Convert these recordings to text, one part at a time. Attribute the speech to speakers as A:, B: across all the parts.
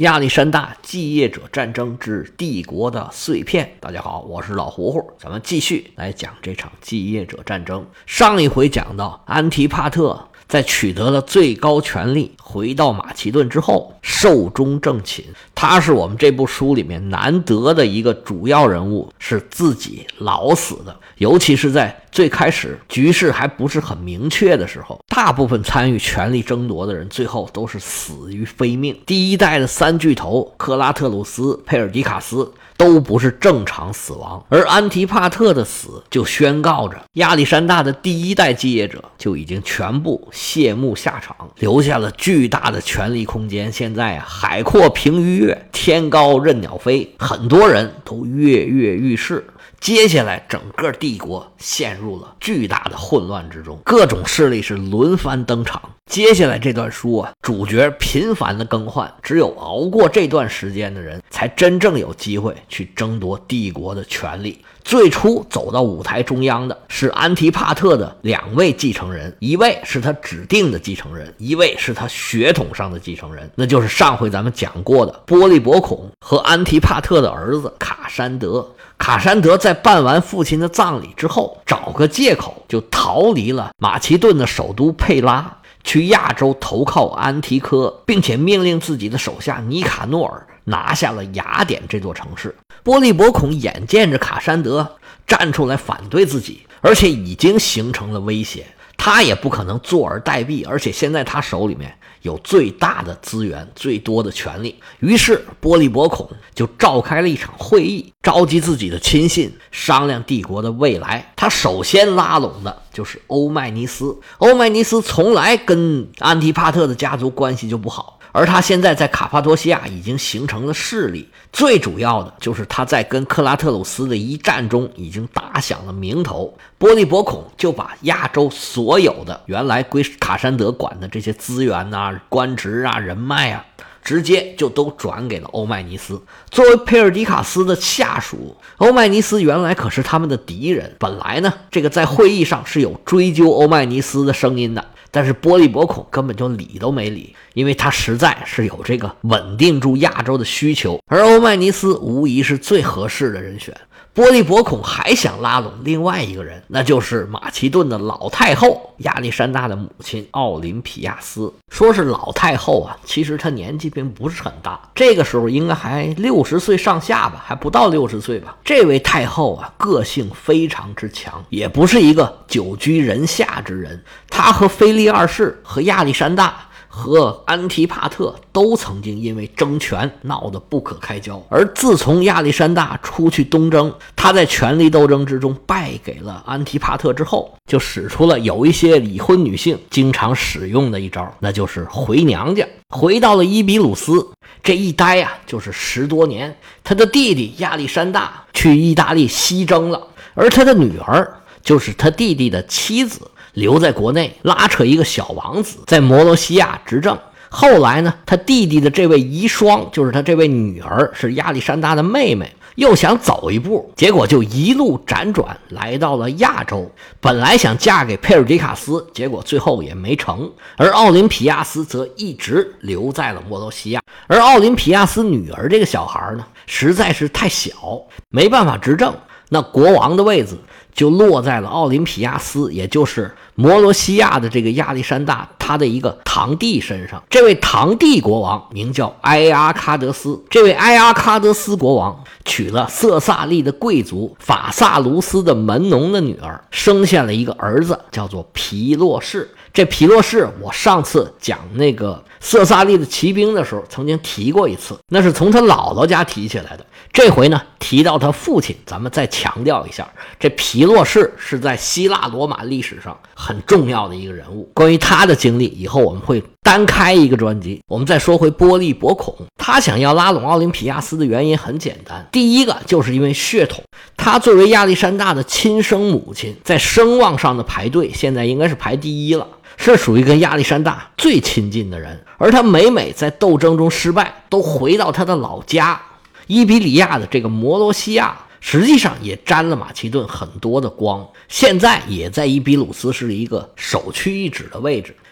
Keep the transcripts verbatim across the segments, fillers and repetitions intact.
A: 亚历山大继业者战争之帝国的碎片。大家好，我是老胡胡，咱们继续来讲这场继业者战争。上一回讲到安提帕特在取得了最高权力，回到马其顿之后寿终正寝。他是我们这部书里面难得的一个主要人物，是自己老死的。尤其是在最开始局势还不是很明确的时候，大部分参与权力争夺的人最后都是死于非命。第一代的三巨头克拉特鲁斯、佩尔迪卡斯都不是正常死亡，而安提帕特的死就宣告着亚历山大的第一代继业者就已经全部谢幕下场，留下了巨大的权力空间。现在啊，海阔凭鱼跃，天高任鸟飞，很多人都跃跃欲试。接下来整个帝国陷入了巨大的混乱之中，各种势力是轮番登场。接下来这段书啊，主角频繁的更换，只有熬过这段时间的人才真正有机会去争夺帝国的权力。最初走到舞台中央的是安提帕特的两位继承人，一位是他指定的继承人，一位是他血统上的继承人，那就是上回咱们讲过的波利伯孔和安提帕特的儿子卡山德。卡山德在办完父亲的葬礼之后，找个借口就逃离了马其顿的首都佩拉，去亚洲投靠安提柯，并且命令自己的手下尼卡诺尔拿下了雅典这座城市。波利伯孔眼见着卡山德站出来反对自己，而且已经形成了威胁，他也不可能坐而待毙，而且现在他手里面有最大的资源，最多的权力。于是波利伯孔就召开了一场会议，召集自己的亲信商量帝国的未来。他首先拉拢的就是欧迈尼斯。欧迈尼斯从来跟安提帕特的家族关系就不好，而他现在在卡帕多西亚已经形成了势力，最主要的就是他在跟克拉特鲁斯的一战中已经打响了名头。波利伯孔就把亚洲所有的原来归卡山德管的这些资源啊、官职啊、人脉啊，直接就都转给了欧迈尼斯。作为佩尔迪卡斯的下属，欧迈尼斯原来可是他们的敌人。本来呢，这个在会议上是有追究欧迈尼斯的声音的，但是波利伯孔根本就理都没理，因为他实在是有这个稳定住亚洲的需求，而欧迈尼斯无疑是最合适的人选。波利伯孔还想拉拢另外一个人，那就是马其顿的老太后亚历山大的母亲奥林匹亚斯。说是老太后啊，其实她年纪并不是很大，这个时候应该还六十岁上下吧，还不到六十岁吧。这位太后啊，个性非常之强，也不是一个久居人下之人。她和腓力二世和亚历山大和安提帕特都曾经因为争权闹得不可开交，而自从亚历山大出去东征，他在权力斗争之中败给了安提帕特之后，就使出了有一些已婚女性经常使用的一招，那就是回娘家。回到了伊比鲁斯，这一待啊就是十多年。他的弟弟亚历山大去意大利西征了，而他的女儿就是他弟弟的妻子留在国内拉扯一个小王子在摩罗西亚执政。后来呢，他弟弟的这位遗孀，就是他这位女儿，是亚历山大的妹妹，又想走一步，结果就一路辗转来到了亚洲。本来想嫁给佩尔迪卡斯，结果最后也没成。而奥林匹亚斯则一直留在了摩罗西亚。而奥林匹亚斯女儿这个小孩呢，实在是太小，没办法执政，那国王的位子就落在了奥林匹亚斯，也就是摩罗西亚的这个亚历山大他的一个堂弟身上。这位堂弟国王名叫埃阿喀德斯，这位埃阿喀德斯国王娶了色萨利的贵族法萨卢斯的门农的女儿，生下了一个儿子，叫做皮洛士。这皮洛士我上次讲那个色萨利的骑兵的时候曾经提过一次，那是从他姥姥家提起来的。这回呢，提到他父亲，咱们再强调一下，这皮洛士是在希腊罗马历史上很重要的一个人物。关于他的经历，以后我们会单开一个专辑。我们再说回波利伯孔，他想要拉拢奥林匹亚斯的原因很简单，第一个就是因为血统。他作为亚历山大的亲生母亲，在声望上的排队现在应该是排第一了，是属于跟亚历山大最亲近的人。而他每每在斗争中失败，都回到他的老家伊比利亚的这个摩罗西亚，实际上也沾了马其顿很多的光，现在也在伊比鲁斯是一个首屈一指的位置。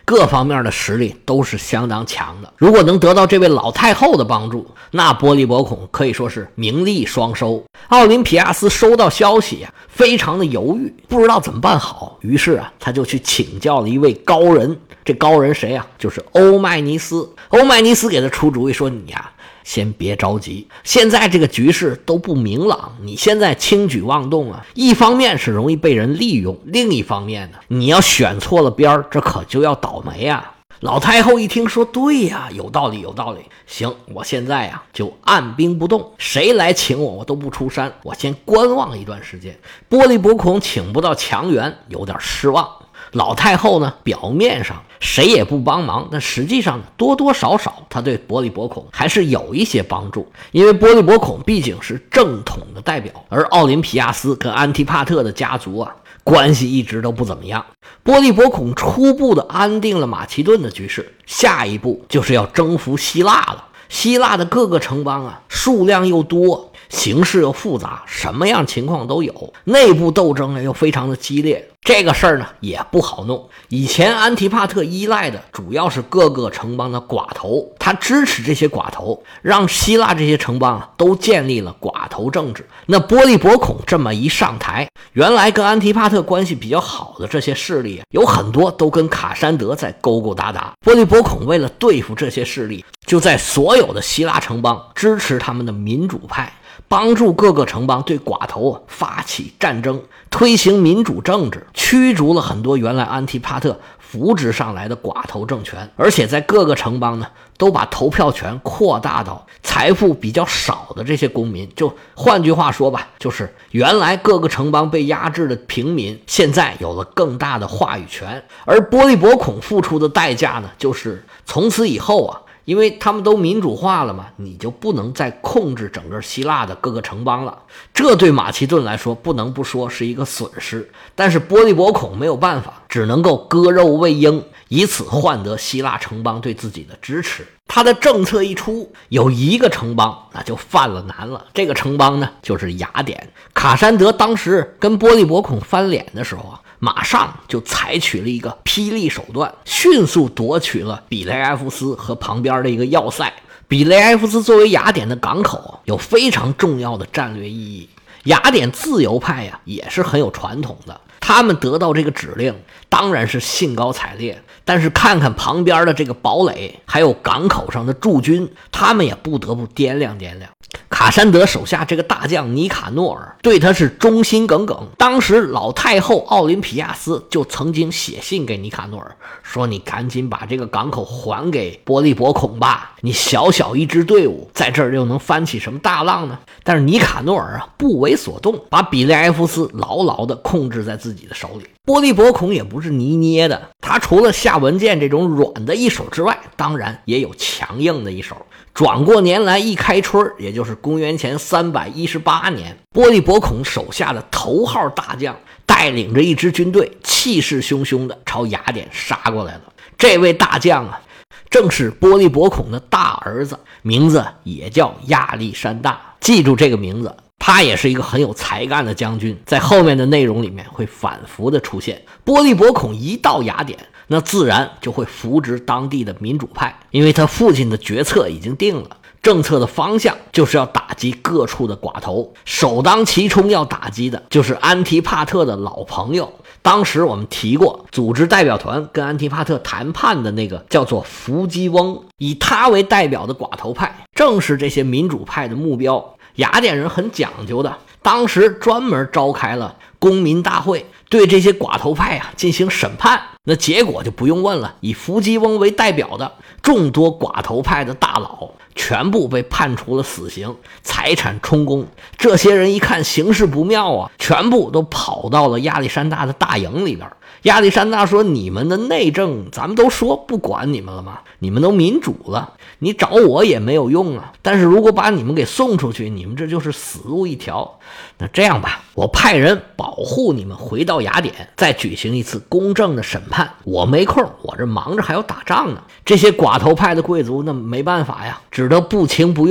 A: 各方面的实力都是相当强的。如果能得到这位老太后的帮助，那波利伯孔可以说是名利双收。奥林匹亚斯收到消息啊，非常的犹豫，不知道怎么办好。于是啊，他就去请教了一位高人。这高人谁啊？就是欧迈尼斯。欧迈尼斯给他出主意说：“你呀、啊，先别着急，现在这个局势都不明朗，你现在轻举妄动啊，一方面是容易被人利用，另一方面呢，你要选错了边儿，这可就要倒霉啊。”老太后一听说，对呀，有道理有道理，行，我现在呀就按兵不动，谁来请我我都不出山，我先观望一段时间。波利伯孔请不到强援，有点失望。老太后呢，表面上谁也不帮忙，但实际上呢，多多少少他对波利伯孔还是有一些帮助，因为波利伯孔毕竟是正统的代表，而奥林匹亚斯跟安提帕特的家族啊关系一直都不怎么样。波利伯孔初步的安定了马其顿的局势，下一步就是要征服希腊了。希腊的各个城邦啊，数量又多，形势又复杂，什么样情况都有，内部斗争啊又非常的激烈。这个事儿呢也不好弄。以前安提帕特依赖的主要是各个城邦的寡头，他支持这些寡头，让希腊这些城邦啊都建立了寡头政治。那波利伯孔这么一上台，原来跟安提帕特关系比较好的这些势力，有很多都跟卡山德在勾勾搭搭。波利伯孔为了对付这些势力，就在所有的希腊城邦支持他们的民主派，帮助各个城邦对寡头发起战争，推行民主政治，驱逐了很多原来安提帕特扶植上来的寡头政权。而且在各个城邦呢，都把投票权扩大到财富比较少的这些公民。就换句话说吧，就是原来各个城邦被压制的平民，现在有了更大的话语权。而波利伯孔付出的代价呢，就是从此以后啊，因为他们都民主化了嘛，你就不能再控制整个希腊的各个城邦了。这对马其顿来说不能不说是一个损失，但是波利伯孔没有办法，只能够割肉喂鹰，以此换得希腊城邦对自己的支持。他的政策一出，有一个城邦那就犯了难了，这个城邦呢就是雅典。卡山德当时跟波利伯孔翻脸的时候啊，马上就采取了一个霹雳手段，迅速夺取了比雷埃夫斯和旁边的一个要塞。比雷埃夫斯作为雅典的港口，有非常重要的战略意义。雅典自由派呀、啊、也是很有传统的，他们得到这个指令当然是兴高采烈，但是看看旁边的这个堡垒还有港口上的驻军，他们也不得不掂量掂量。卡山德手下这个大将尼卡诺尔对他是忠心耿耿，当时老太后奥林匹亚斯就曾经写信给尼卡诺尔说，你赶紧把这个港口还给波利伯孔吧，你小小一支队伍在这儿又能翻起什么大浪呢？但是尼卡诺尔啊不为所动，把比雷埃夫斯牢牢地控制在自己的手里。波利伯孔也不是泥捏的，他除了下文件这种软的一手之外，当然也有强硬的一手。转过年来一开春，也就是公元前三百一十八年，波利伯孔手下的头号大将带领着一支军队，气势汹汹地朝雅典杀过来了。这位大将啊，正是波利伯孔的大儿子，名字也叫亚历山大。记住这个名字，他也是一个很有才干的将军，在后面的内容里面会反复的出现。波利伯孔一到雅典，那自然就会扶植当地的民主派，因为他父亲的决策已经定了，政策的方向就是要打击各处的寡头，首当其冲要打击的就是安提帕特的老朋友。当时我们提过，组织代表团跟安提帕特谈判的那个叫做伏基翁，以他为代表的寡头派正是这些民主派的目标。雅典人很讲究的，当时专门召开了公民大会，对这些寡头派啊进行审判。那结果就不用问了，以伏基翁为代表的众多寡头派的大佬全部被判处了死刑，财产充公。这些人一看形势不妙啊，全部都跑到了亚历山大的大营里边。亚历山大说，你们的内政咱们都说不管你们了吗？你们都民主了，你找我也没有用啊。但是如果把你们给送出去，你们这就是死路一条。那这样吧，我派人保护你们回到雅典，再举行一次公正的审判。我没空，我这忙着还要打仗呢。这些寡头派的贵族那没办法呀，只得不情不愿的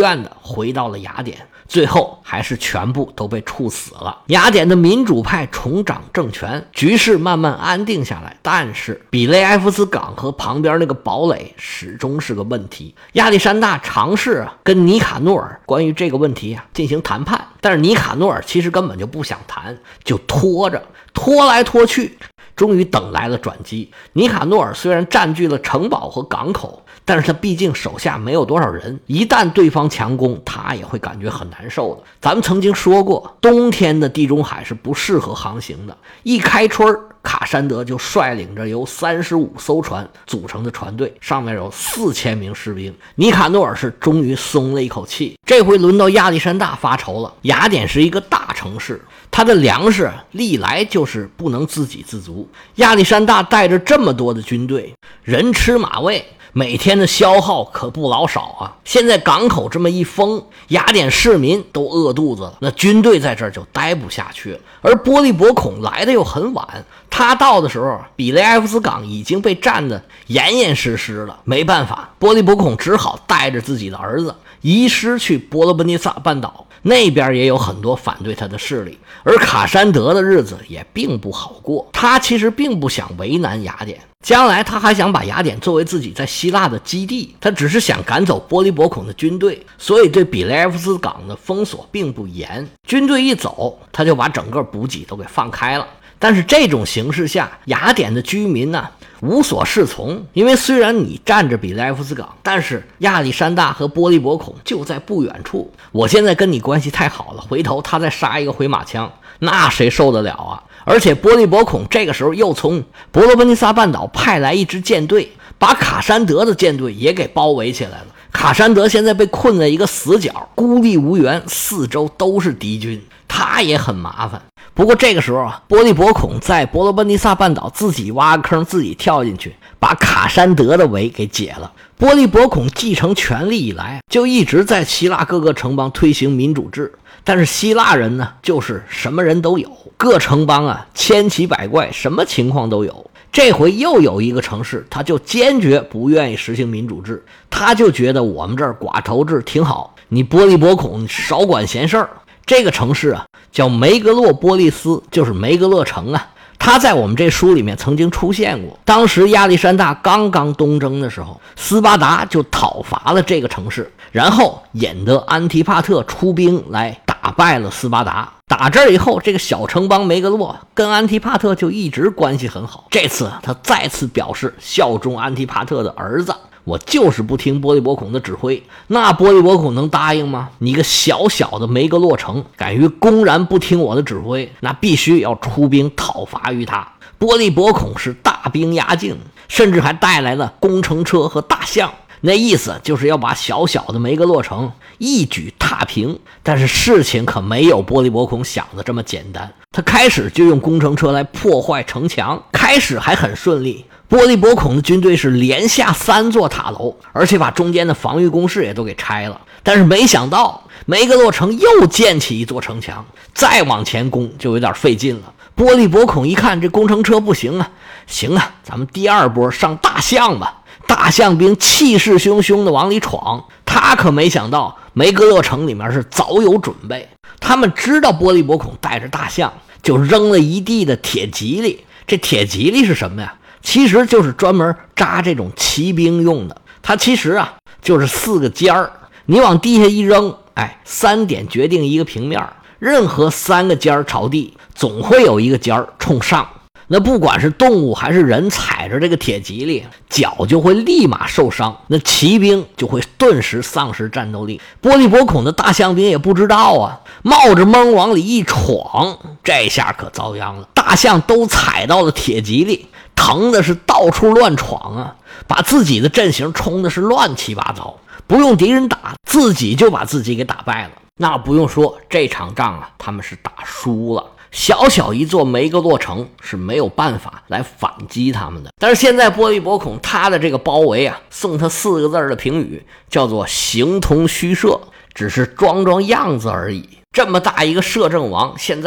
A: 回到了雅典，最后还是全部都被处死了。雅典的民主派重掌政权，局势慢慢安定下来，但是比雷埃夫斯港和旁边那个堡垒始终是个问题。亚历山大尝试啊跟尼卡诺尔关于这个问题啊进行谈判，但是尼卡诺尔其实根本就不想谈，就拖着拖来拖去，终于等来了转机。尼卡诺尔虽然占据了城堡和港口，但是他毕竟手下没有多少人，一旦对方强攻，他也会感觉很难受的。咱们曾经说过，冬天的地中海是不适合航行的。一开春，卡山德就率领着由三十五艘船组成的船队，上面有四千名士兵。尼卡诺尔是终于松了一口气，这回轮到亚历山大发愁了。雅典是一个大城市，它的粮食历来就是不能自给自足。亚历山大带着这么多的军队，人吃马喂，每天的消耗可不老少啊！现在港口这么一封，雅典市民都饿肚子了，那军队在这儿就待不下去了。而波利伯孔来的又很晚，他到的时候，比雷埃夫斯港已经被占得严严实实了。没办法，波利伯孔只好带着自己的儿子移师去波罗奔尼撒半岛，那边也有很多反对他的势力。而卡山德的日子也并不好过，他其实并不想为难雅典，将来他还想把雅典作为自己在希腊的基地，他只是想赶走波利伯孔的军队，所以对比雷埃夫斯港的封锁并不严。军队一走，他就把整个补给都给放开了。但是这种形势下，雅典的居民呢无所适从，因为虽然你占着比雷埃夫斯港，但是亚历山大和波利伯孔就在不远处。我现在跟你关系太好了，回头他再杀一个回马枪，那谁受得了啊？而且波利伯孔这个时候又从伯罗奔尼撒半岛派来一支舰队，把卡山德的舰队也给包围起来了。卡山德现在被困在一个死角，孤立无援，四周都是敌军，他也很麻烦。不过这个时候啊，波利伯孔在伯罗奔尼撒半岛自己挖个坑，自己跳进去，把卡山德的围给解了。波利伯孔继承权力以来，就一直在希腊各个城邦推行民主制，但是希腊人呢，就是什么人都有，各城邦啊千奇百怪，什么情况都有。这回又有一个城市，他就坚决不愿意实行民主制，他就觉得我们这儿寡头制挺好，你波利伯孔少管闲事儿。这个城市啊叫梅格洛波利斯，就是梅格勒城啊。他在我们这书里面曾经出现过，当时亚历山大刚刚东征的时候，斯巴达就讨伐了这个城市，然后引得安提帕特出兵来打败了斯巴达。打这儿以后，这个小城邦梅格洛跟安提帕特就一直关系很好。这次他再次表示效忠安提帕特的儿子，我就是不听波利伯孔的指挥。那波利伯孔能答应吗？你个小小的梅格洛城敢于公然不听我的指挥，那必须要出兵讨伐于他。波利伯孔是大兵压境，甚至还带来了工程车和大象，那意思就是要把小小的梅格洛城一举踏平。但是事情可没有波利伯孔想的这么简单，他开始就用工程车来破坏城墙，开始还很顺利，波利伯孔的军队是连下三座塔楼，而且把中间的防御工事也都给拆了。但是没想到梅格洛城又建起一座城墙，再往前攻就有点费劲了。波利伯孔一看这工程车不行啊，行啊，咱们第二波上大象吧。大象兵气势汹汹的往里闯，他可没想到梅格勒城里面是早有准备，他们知道波利伯孔带着大象，就扔了一地的铁蒺藜。这铁蒺藜是什么呀？其实就是专门扎这种骑兵用的，它其实啊就是四个尖儿，你往地下一扔，哎，三点决定一个平面，任何三个尖儿朝地，总会有一个尖儿冲上。那不管是动物还是人踩着这个铁蒺藜，脚就会立马受伤，那骑兵就会顿时丧失战斗力。波利伯孔的大象兵也不知道啊，冒着蒙往里一闯，这下可遭殃了。大象都踩到了铁蒺藜，疼的是到处乱闯啊，把自己的阵型冲的是乱七八糟，不用敌人打，自己就把自己给打败了。那不用说，这场仗啊，他们是打输了。小小一座梅格洛城是没有办法来反击他们的。但是现在波利伯孔他的这个包围啊，送他四个字的评语，叫做形同虚设，只是装装样子而已。这么大一个摄政王，现在啊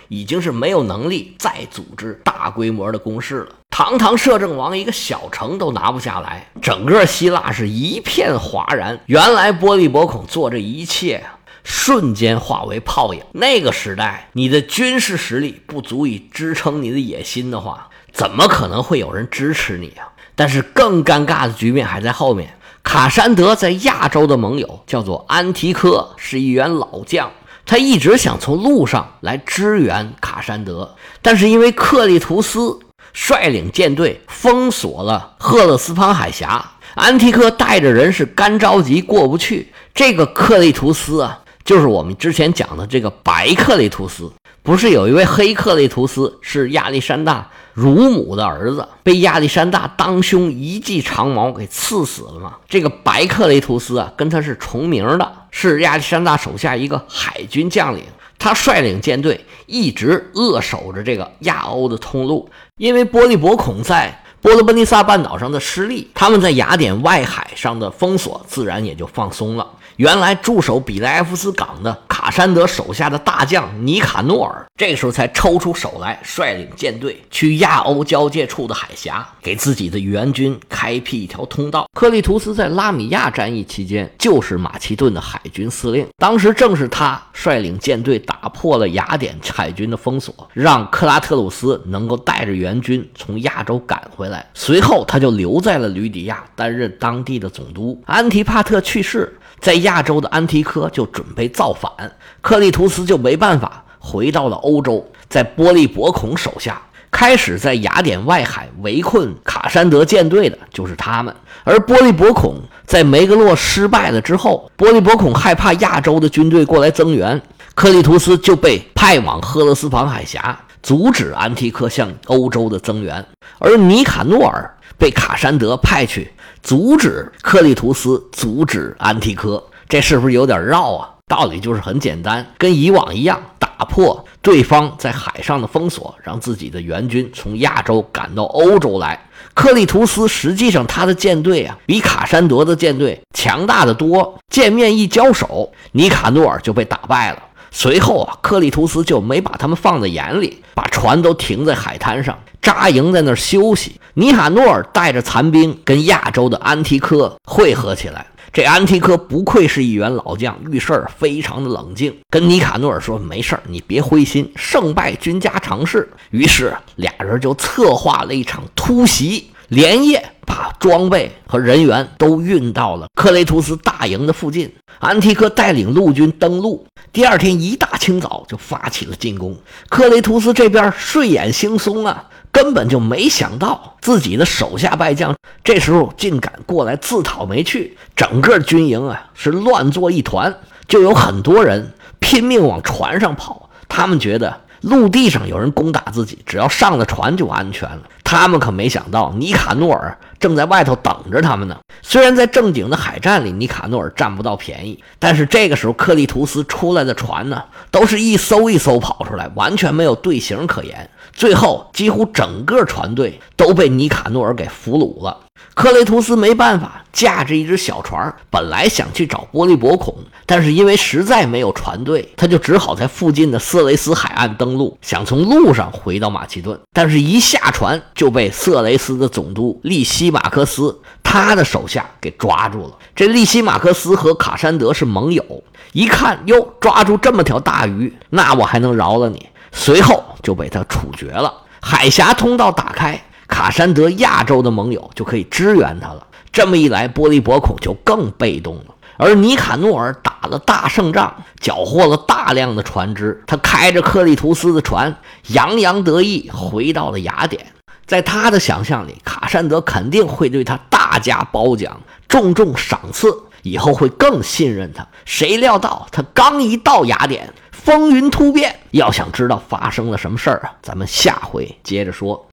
A: 已经是没有能力再组织大规模的攻势了。堂堂摄政王一个小城都拿不下来，整个希腊是一片哗然。原来波利伯孔做这一切瞬间化为泡影。那个时代你的军事实力不足以支撑你的野心的话，怎么可能会有人支持你啊？但是更尴尬的局面还在后面。卡山德在亚洲的盟友叫做安提柯，是一员老将，他一直想从路上来支援卡山德，但是因为克利图斯率领舰队封锁了赫勒斯滂海峡，安提柯带着人是干着急过不去。这个克利图斯啊，就是我们之前讲的这个白克利图斯。不是有一位黑克利图斯是亚历山大乳母的儿子，被亚历山大当胸一记长矛给刺死了吗？这个白克雷图斯啊，跟他是重名的，是亚历山大手下一个海军将领。他率领舰队一直扼守着这个亚欧的通路，因为波利伯孔在波罗奔尼撒半岛上的失利，他们在雅典外海上的封锁自然也就放松了。原来驻守比莱夫斯港的卡山德手下的大将尼卡诺尔，这个时候才抽出手来，率领舰队去亚欧交界处的海峡，给自己的援军开辟一条通道。克利图斯在拉米亚战役期间就是马其顿的海军司令，当时正是他率领舰队打破了雅典海军的封锁，让克拉特鲁斯能够带着援军从亚洲赶回来。随后他就留在了吕底亚，担任当地的总督。安提帕特去世，在亚洲的安提柯就准备造反，克利图斯就没办法，回到了欧洲，在波利伯孔手下开始在雅典外海围困卡山德舰队的就是他们。而波利伯孔在梅格洛失败了之后，波利伯孔害怕亚洲的军队过来增援，克利图斯就被派往赫勒斯滂海峡，阻止安提柯向欧洲的增援。而尼卡诺尔被卡山德派去阻止克利图斯，阻止安提柯。这是不是有点绕啊？道理就是很简单，跟以往一样，打破对方在海上的封锁，让自己的援军从亚洲赶到欧洲来。克利图斯实际上他的舰队啊，比卡山德的舰队强大的多，见面一交手，尼卡诺尔就被打败了。随后啊，克利图斯就没把他们放在眼里，把船都停在海滩上，扎营在那儿休息。尼卡诺尔带着残兵跟亚洲的安提柯会合起来。这安提柯不愧是一员老将，遇事儿非常的冷静，跟尼卡诺尔说没事儿，你别灰心，胜败君家常事。于是俩人就策划了一场突袭，连夜把装备和人员都运到了克雷图斯大营的附近。安提柯带领陆军登陆，第二天一大清早就发起了进攻。克雷图斯这边睡眼惺忪啊，根本就没想到自己的手下败将这时候竟敢过来自讨没趣，整个军营啊是乱作一团，就有很多人拼命往船上跑。他们觉得陆地上有人攻打自己，只要上了船就安全了。他们可没想到尼卡诺尔正在外头等着他们呢。虽然在正经的海战里尼卡诺尔占不到便宜，但是这个时候克利图斯出来的船呢，都是一艘一艘跑出来，完全没有队形可言。最后几乎整个船队都被尼卡诺尔给俘虏了。克雷图斯没办法，驾着一只小船，本来想去找波利伯孔，但是因为实在没有船队，他就只好在附近的色雷斯海岸登陆，想从路上回到马其顿。但是一下船就被色雷斯的总督利西马克斯他的手下给抓住了。这利西马克斯和卡山德是盟友，一看哟，抓住这么条大鱼，那我还能饶了你？随后就被他处决了。海峡通道打开，卡山德亚洲的盟友就可以支援他了。这么一来，波利伯孔就更被动了。而尼卡诺尔打了大胜仗，缴获了大量的船只，他开着克利图斯的船洋洋得意回到了雅典。在他的想象里，卡山德肯定会对他大加褒奖，重重赏赐，以后会更信任他。谁料到他刚一到雅典，风云突变。要想知道发生了什么事儿啊，咱们下回接着说。